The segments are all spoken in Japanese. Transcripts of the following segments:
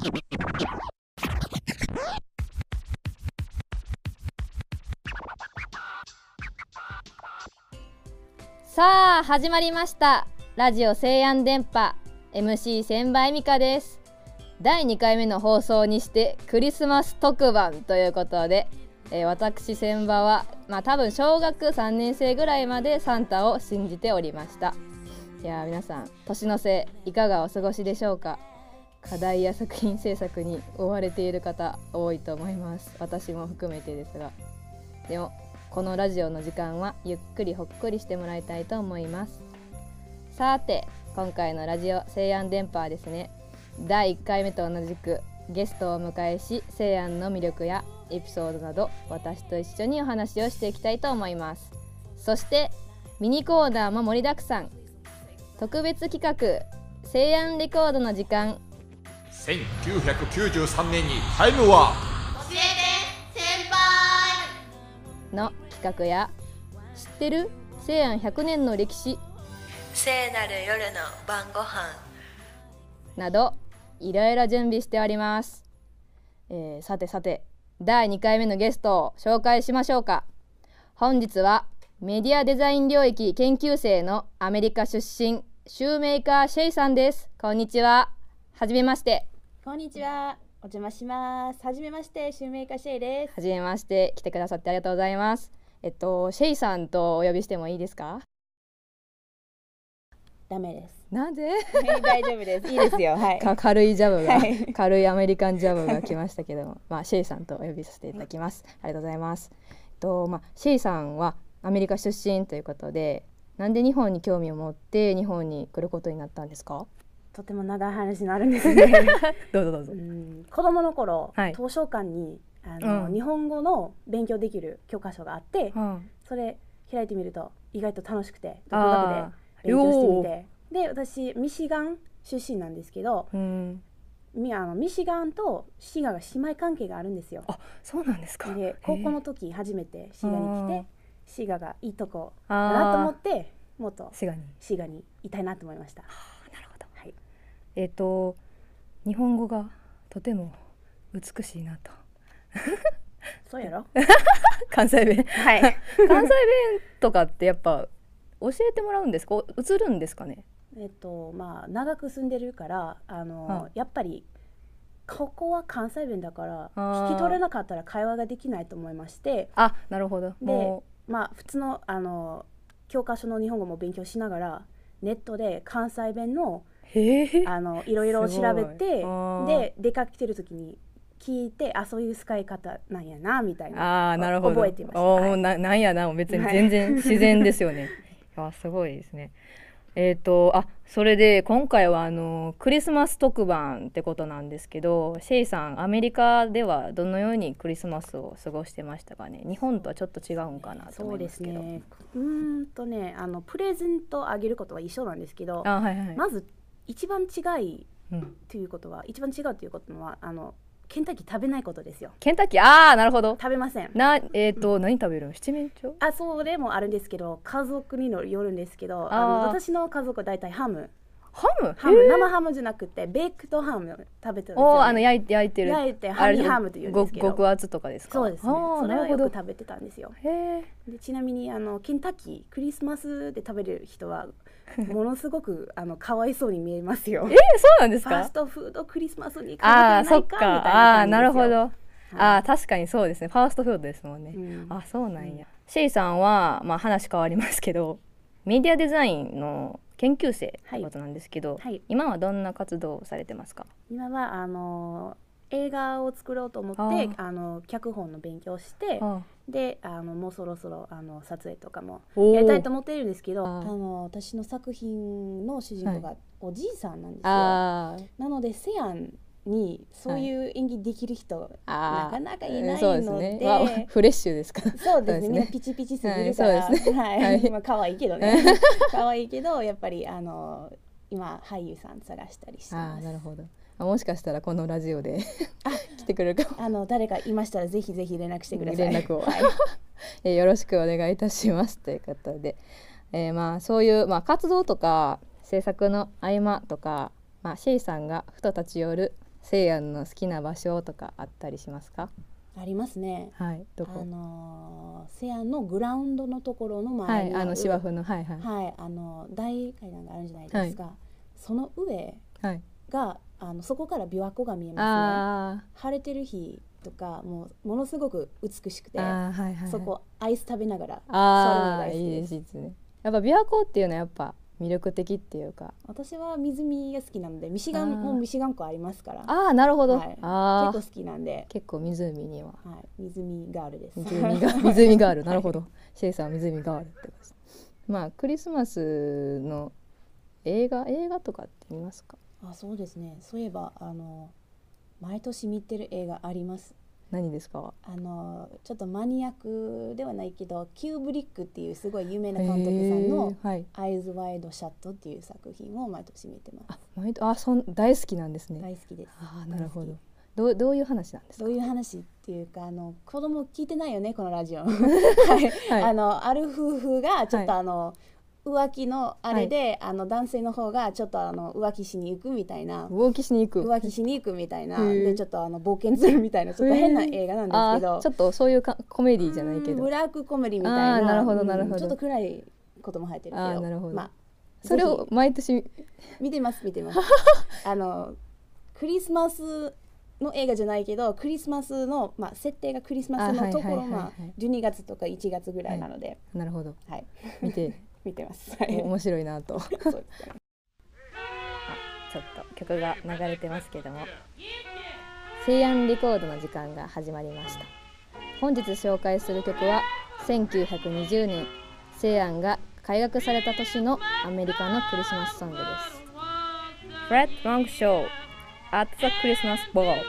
さあ始まりましたラジオ西安電波 MC 千葉恵美香です。第2回目の放送にしてクリスマス特番ということで、私千葉は、多分小学3年生ぐらいまでサンタを信じておりました。いや皆さん年の瀬いかがお過ごしでしょうか。課題や作品制作に追われている方多いと思います。私も含めてですが、でもこのラジオの時間はゆっくりほっくりしてもらいたいと思います。さて今回のラジオ西安電波はですね、第1回目と同じくゲストをお迎えし、西安の魅力やエピソードなど私と一緒にお話をしていきたいと思います。そしてミニコーナーも盛りだくさん、特別企画西安レコードの時間。 1993年にタイムは教えて先輩の企画や、知ってる西安100年の歴史聖なる夜の晩ご飯などいろいろ準備しております。さて第2回目のゲストを紹介しましょうか。本日はメディアデザイン領域研究生のアメリカ出身シューメーカーシェイさんです。こんにちは。はじめまして。 こんにちは。お邪魔します。はじめまして、シューメーカーシェイです。 はじめまして。来てくださってありがとうございます。シェイさんとお呼びしてもいいですか？ ダメです。 なぜ？ 大丈夫です。いいですよ。はい。 軽いジャブが、 はい、 軽いアメリカンジャブが来ましたけども、シェイさんとお呼びさせていただきます。ありがとうございます。シェイさんはアメリカ出身ということで、なんで日本に興味を持って日本に来ることになったんですか？ とても長い話になるんですね。 どうぞ。 子供の頃、 はい、 図書館に日本語の勉強できる教科書があって、それ開いてみると意外と楽しくて、独学で勉強してみて、で私ミシガン出身なんですけど、ミシガンと滋賀が姉妹関係があるんですよ。 あ、そうなんですか。 で高校の時初めて滋賀に来て、滋賀がいいとこだなと思って、もっと滋賀にいたいなと思いました。 なるほど。はい。日本語がとても美しいなと。 そうやろ。 関西弁。 はい。 関西弁とかってやっぱ教えてもらうんですか？映るんですかね？ 長く住んでるからやっぱりここは関西弁だから聞き取れなかったら会話ができないと思いまして。 あ、なるほど。 で普通の教科書の日本語も勉強しながらネットで関西弁のいろいろ調べて、で出かけてる時に聞いて、そういう使い方なんやなみたいな、 なるほど、 覚えてました。 なんやな、別に全然自然ですよね。すごいですね。それで今回はクリスマス特番ってことなんですけど、シェイさんアメリカではどのようにクリスマスを過ごしてましたかね？日本とはちょっと違うんかなと思いますけど。 そうですね。プレゼントあげることは一緒なんですけど、まず一番違いということは、ケンタッキー食べないことですよ。 ケンタッキー、なるほど。 食べません。 何食べるの？七面鳥？ それもあるんですけど、家族によるんですけど、私の家族はだいたいハム、生ハムじゃなくてベークドハム食べてるんですよ、ね。焼いてハニーハムというんですけど、 極厚とかですか？ そうですね。それはよく食べてたんですよ。でちなみにケンタッキークリスマスで食べる人はものすごくかわいそうに見えますよ。 そうなんですか？ ファーストフードクリスマスに関係ないかみたいな感じですよ。 なるほど。確かにそうですね。ファーストフードですもんね。そうなんや。シェイさんは話変わりますけど、メディアデザインの研究生ってことなんですけど、今はどんな活動をされてますか？ 今は映画を作ろうと思って脚本の勉強をして、でもうそろそろ撮影とかもやりたいと思っているんですけど、私の作品の主人公がおじいさんなんですよ。なので西安にそういう演技できる人、なかなかいないので、 フレッシュですか？ そうですね。みんなピチピチすぎるから、可愛いけどね。可愛いけどやっぱり今俳優さん探したりしてます。 なるほど。もしかしたらこのラジオで来てくれるかも。 誰かいましたらぜひぜひ連絡してください。 連絡を、よろしくお願いいたしますということで、そういう、活動とか制作の合間とか、シェイさんがふと立ち寄る西安の好きな場所とかあったりしますか？ ありますね。 はい、どこ？ 西安のグラウンドのところのはい、 周りにある、 芝生の、はいはい、 はい、大階段があるじゃないですか、その上はいがそこから琵琶湖が見えますね。 あ晴れてる日とかものすごく美しくて、 あ、はいはい、 そこアイス食べながら座るのああ、 が大好きいいです。 ですね。やっぱ琵琶湖っていうのはやっぱ魅力的っていうか、 私は湖が好きなので、ミシガン湖ありますから、 ああ、なるほど、 はい、 ああ、 結構好きなんで、 結構湖には、 はい、湖ガールです。 湖がある、なるほど、シェイさんは湖があるってことです。まあクリスマスの映画とかって見ますか？ あ、そうですね。そういえば毎年見てる映画あります。 何ですか？ ちょっとマニアックではないけど、キューブリックっていうすごい有名な監督さんの「 はい、 アイズ・ワイド・シャット」っていう作品を毎年見てます。 大好きなんですね。 大好きです。 あ、なるほど。どういう話なんですか？ どういう話っていうか、子供聞いてないよねこのラジオ。はい、はい、ある夫婦がちょっと浮気のあれで、男性の方がちょっと浮気しに行くみたいな、 浮気しに行くみたいなで、ちょっと冒険するみたいなちょっと変な映画なんですけど、 ちょっとそういうコメディじゃないけど、 ブラックコメディみたいな、 なるほどなるほど、 ちょっと暗いことも入ってるけど、 なるほど、 まあ、 それを毎年見てます。クリスマスの映画じゃないけど、クリスマスの、設定がクリスマスのところ、12月とか1月ぐらいなので、 なるほど、 はい、 見てます。 面白いなと。 そうですね。 ちょっと曲が流れてますけども、西安レコードの時間が始まりました。本日紹介する曲は1920年西安が開学された年のアメリカのクリスマスソングです。Fred Long Show at the Christmas Ball。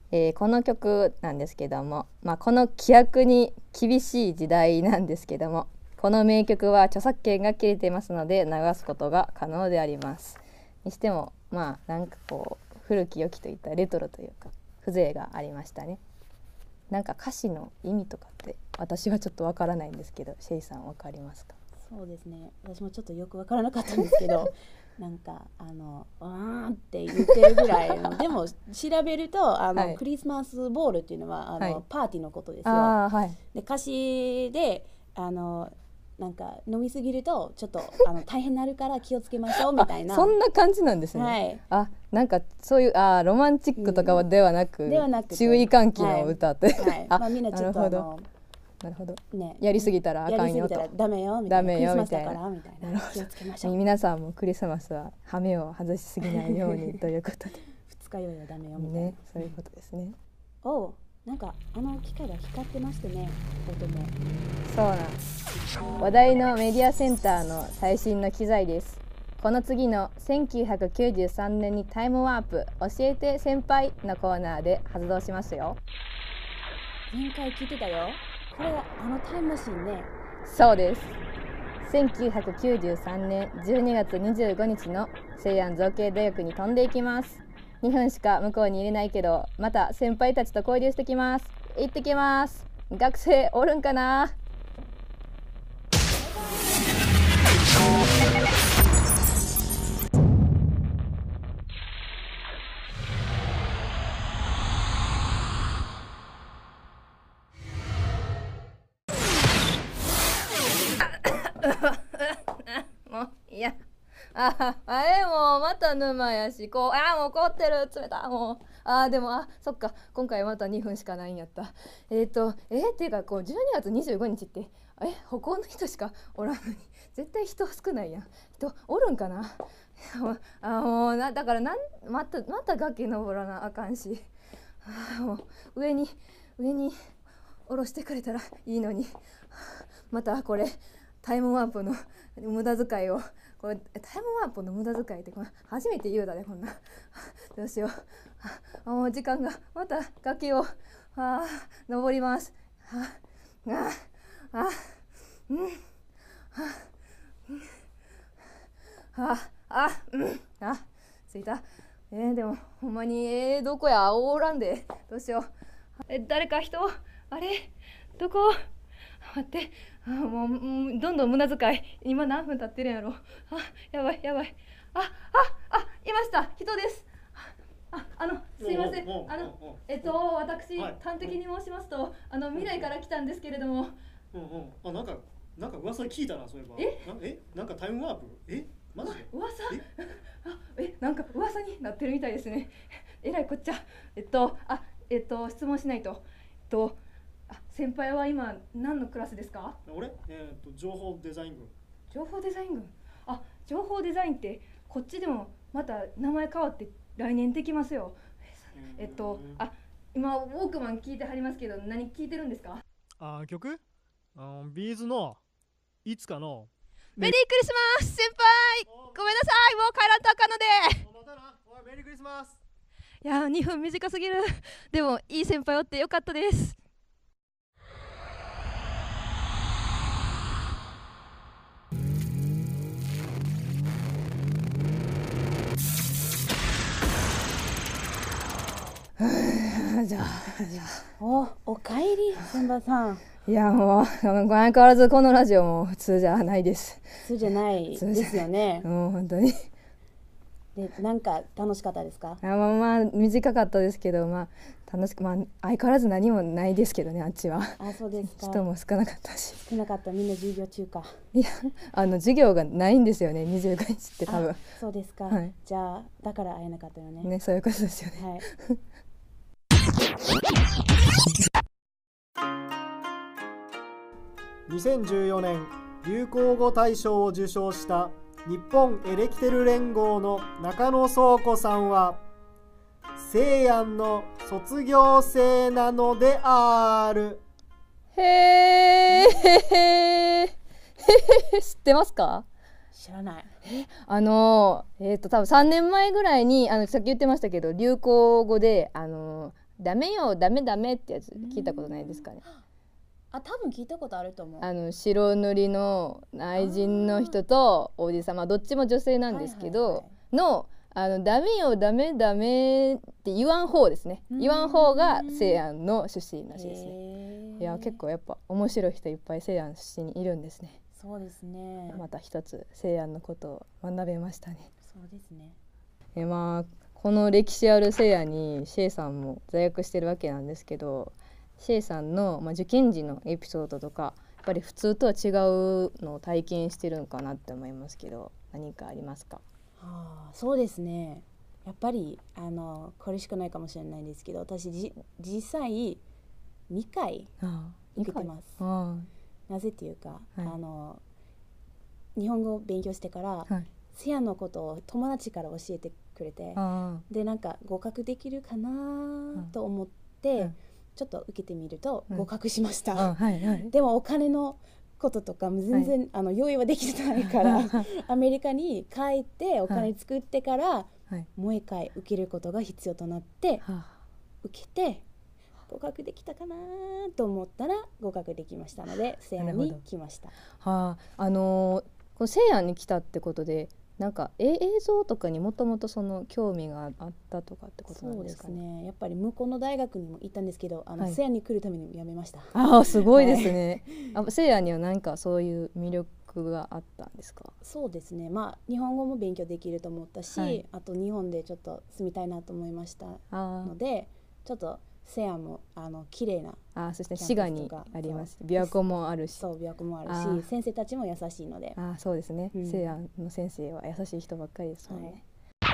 この曲なんですけども、この規約に厳しい時代なんですけども、この名曲は著作権が切れていますので流すことが可能であります。にしてもなんかこう古き良きといったレトロというか風情がありましたね。なんか歌詞の意味とかって私はちょっとわからないんですけど、シェイさんわかりますか？ そうですね、私もちょっとよくわからなかったんですけどなんかわーって言ってるぐらいのでも調べるとはい、クリスマスボールっていうのははい、パーティーのことですよ。はい、で歌詞でなんか飲みすぎるとちょっと大変になるから気をつけましょうみたいなそんな感じなんですね。はい、なんかそういうロマンチックとかではなく、注意喚起の歌って、 はい、みんなちょっとなるほど、 ね、 やりすぎたらあかんよと、 ダメよみたいな、クリスマスだからみたいな、気をつけましょう。 皆さんもクリスマスは羽目を外しすぎないようにということで二日酔いはダメよみたいな、 そういうことですね。 なんか機械が光ってましてね、音も。 そうなんです。話題のメディアセンターの最新の機材です。この次の1993年にタイムワープ教えて先輩のコーナーで発動しますよ。 前回聞いてたよ。これがタイムマシンね。 そうです。1993年12月25日の西安造形大学に飛んでいきます。2分しか向こうに入れないけど、また先輩たちと交流してきます。行ってきます。学生おるんかな？もういや、もうまた沼やし、もう凍ってる、冷た、もうでもそっか、今回また2分しかないんやった。っていうか12月25日って歩行の人しかおらんのに絶対人少ないやん。人おるんかな。もうだからまた崖登らなあかんし、もう上に下ろしてくれたらいいのに、またこれタイムワープの無駄遣いを、タイムワープの無駄遣いって初めて言うだね、こんな。どうしよう。もう時間が、また崖を登ります。着いた。でもほんまにどこや、おらんで、どうしよう。誰か人、あれどこ、待って、もうどんどん無駄遣い。今何分経ってるんやろ。やばい、いました、人です。すいません、私、端的に申しますと未来から来たんですけれども、 なんか噂聞いたな、そういえば。なんかタイムワープ、マジで噂なんか噂になってるみたいですね。えらいこっちゃ。質問しないと。先輩は今何のクラスですか？ 俺情報デザイン群。 情報デザイン群。情報デザインってこっちでもまた名前変わって来年できますよ。今ウォークマン聞いてはりますけど、何聞いてるんですか？ 曲？ビーズのいつかのメリークリスマス先輩、ごめんなさい、もう帰らんとあかんので。 メリークリスマス。 いや2分短すぎる。でもいい先輩おってよかったです。じゃあおかえり千葉さん。 いやもう相変わらずこのラジオも普通じゃないです。 普通じゃないですよね。 もう本当に。 でなんか楽しかったですか？ 短かったですけど、楽しく、相変わらず何もないですけどね、あっちは。 そうですか。 人も少なかったし。 少なかった。みんな授業中か。 いや授業がないんですよね、25日って多分。 そうですか。じゃあだから会えなかったよね。 ね、そういうことですよね。 2014年流行語大賞を受賞した日本エレキテル連合の中野倉子さんは西安の卒業生なのである。 へー知ってますか？ 知らない。 多分3年前ぐらいにさっき言ってましたけど、流行語でダメよダメダメってやつ聞いたことないですかね。 多分聞いたことあると思う。 白塗りの愛人の人と王子様どっちも女性なんですけど、ダメよダメダメって言わん方ですね。言わん方が西安の出身らしいですね。いや結構やっぱ面白い人いっぱい西安出身にいるんですね。 そうですね。 また一つ西安のことを学べましたね。 そうですね。 この歴史ある西安にシェイさんも在学してるわけなんですけど、シェイさんの、受験時のエピソードとかやっぱり普通とは違うのを体験してるのかなって思いますけど、何かありますか？ そうですね。やっぱりこれしかないかもしれないんですけど、私実際2回受けてます。なぜっていうか、日本語を勉強してから、西安のことを友達から教えてくれて、でなんか合格できるかなと思って、ちょっと受けてみると合格しました。でもお金のこととかも全然、用意はできてないからアメリカに帰ってお金作ってから、もう一回受けることが必要となって、受けて合格できたかなと思ったら合格できましたので西安に来ました。 この西安に来たってことでなんか映像とかにもともとその興味があったとかってことなんですかね。 そうですね。やっぱり向こうの大学にも行ったんですけど、西安に来るために辞めました。 すごいですね。西安には何かそういう魅力があったんですか？ そうですね。日本語も勉強できると思ったし、あと日本でちょっと住みたいなと思いましたので、ちょっと西安も綺麗なそして滋賀にあります。琵琶湖もあるし、 琵琶湖もあるし、先生たちも優しいので。 そうですね。西安の先生は優しい人ばっかりですもんね。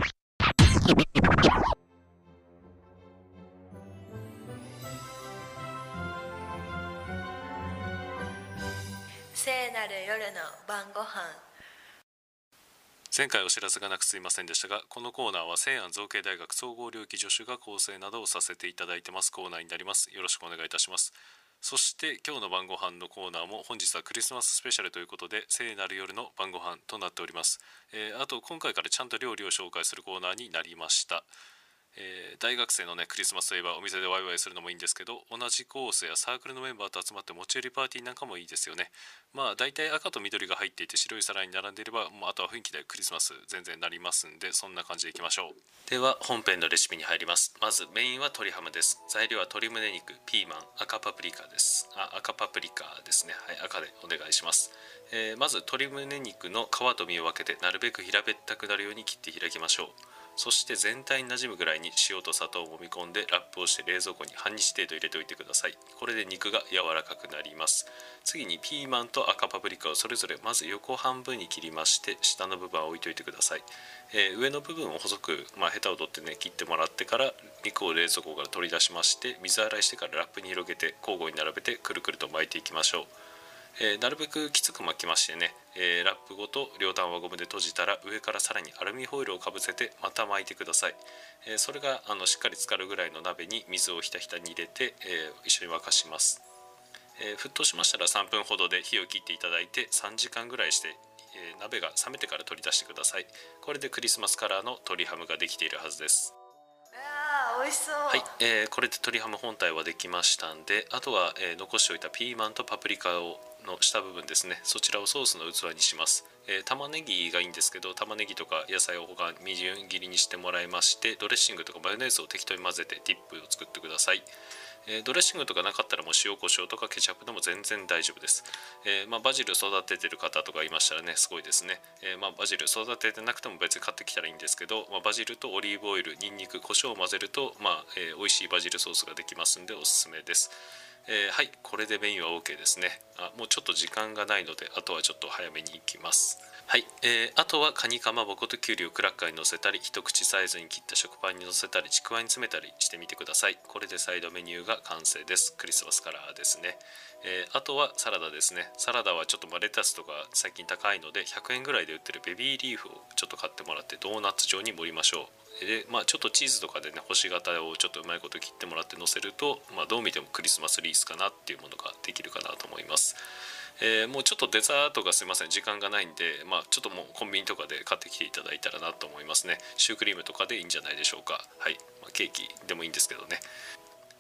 聖なる夜の晩ご飯。 前回お知らせがなくすいませんでしたが、このコーナーは西安造形大学総合領域助手が構成などをさせていただいてますコーナーになります。よろしくお願いいたします。そして今日の晩ご飯のコーナーも本日はクリスマススペシャルということで聖なる夜の晩ご飯となっております。あと今回からちゃんと料理を紹介するコーナーになりました。大学生のねクリスマスといえばお店でワイワイするのもいいんですけど、同じコースやサークルのメンバーと集まって持ち寄りパーティーなんかもいいですよね。だいたい赤と緑が入っていて白い皿に並んでいれば、あとは雰囲気でクリスマス全然なりますんで、そんな感じでいきましょう。では本編のレシピに入ります。まずメインは鶏ハムです。材料は鶏胸肉、ピーマン、赤パプリカです。赤パプリカですね。赤でお願いします。まず鶏胸肉の皮と身を分けてなるべく平べったくなるように切って開きましょう。そして全体になじむぐらいに塩と砂糖をもみ込んでラップをして冷蔵庫に半日程度入れておいてください。これで肉が柔らかくなります。次にピーマンと赤パプリカをそれぞれまず横半分に切りまして、下の部分は置いておいてください。上の部分を細く、ヘタを取ってね切ってもらってから肉を冷蔵庫から取り出しまして、水洗いしてからラップに広げて交互に並べてくるくると巻いていきましょう。なるべくきつく巻きましてね、ラップごと両端はゴムで閉じたら上からさらにアルミホイルをかぶせてまた巻いてください。それがしっかり浸かるぐらいの鍋に水をひたひたに入れて、一緒に沸かします。沸騰しましたら3分ほどで火を切っていただいて3時間ぐらいして、鍋が冷めてから取り出してください。これでクリスマスカラーの鶏ハムができているはずです。 美味しそう。 はい、これで鶏ハム本体はできましたんで、あとは、残しておいたピーマンとパプリカの下部分ですね、そちらをソースの器にします。玉ねぎがいいんですけど、玉ねぎとか野菜を他にみじん切りにしてもらいまして、ドレッシングとかマヨネーズを適当に混ぜてディップを作ってください。ドレッシングとかなかったらもう塩コショウとかケチャップでも全然大丈夫です。バジル育ててる方とかいましたらね、すごいですね。バジル育ててなくても別に買ってきたらいいんですけど、バジルとオリーブオイル、ニンニク、コショウを混ぜると、美味しいバジルソースができますんでおすすめです。はい、これでメインは OK ですね。もうちょっと時間がないので、あとはちょっと早めに行きます。はい、あとはカニかまぼこときゅうりをクラッカーにのせたり、一口サイズに切った食パンにのせたり、ちくわに詰めたりしてみてください。これでサイドメニューが完成です。クリスマスカラーですね。あとはサラダですね。サラダはちょっとレタスとか最近高いので100円ぐらいで売ってるベビーリーフをちょっと買ってもらってドーナツ状に盛りましょう。でちょっとチーズとかでね星型をちょっとうまいこと切ってもらって乗せると、どう見てもクリスマスリースかなっていうものができるかなと思います。もうちょっとデザートがすいません時間がないんで、ちょっともうコンビニとかで買ってきていただいたらなと思いますね。シュークリームとかでいいんじゃないでしょうか。はい、ケーキでもいいんですけどね。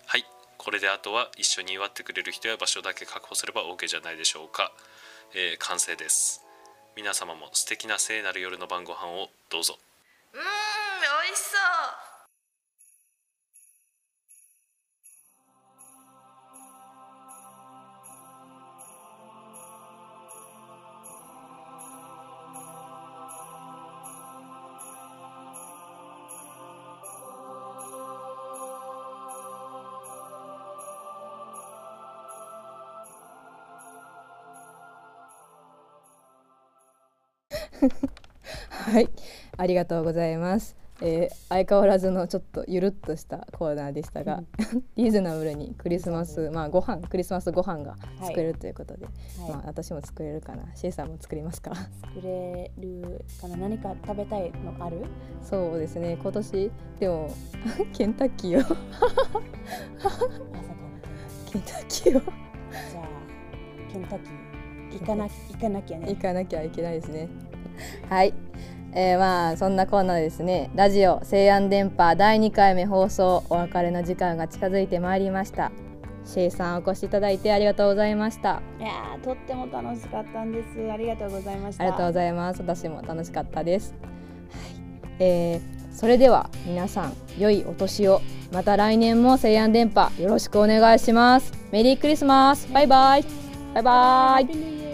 はい、これであとは一緒に祝ってくれる人や場所だけ確保すれば OK じゃないでしょうか。完成です。皆様も素敵な聖なる夜の晩ご飯をどうぞ。 美味しそう。 はい、ありがとうございます。相変わらずのちょっとゆるっとしたコーナーでしたが、リーズナブルにクリスマスクリスマスご飯が作れるということで、私も作れるかな。シェイさんも作りますか？ 作れるかな。何か食べたいのある？ そうですね、今年でもケンタッキーをまさかケンタッキーをじゃあケンタッキー行かなきゃね。 行かなきゃいけないですね。はい、そんなコーナーですね、ラジオ西安電波第2回目放送、お別れの時間が近づいてまいりました。シェイさん、お越しいただいてありがとうございました。 いやとっても楽しかったんです。ありがとうございました。 ありがとうございます。私も楽しかったです。はい、それでは皆さん良いお年を。また来年も西安電波よろしくお願いします。メリークリスマス。バイバイ。バイバイ。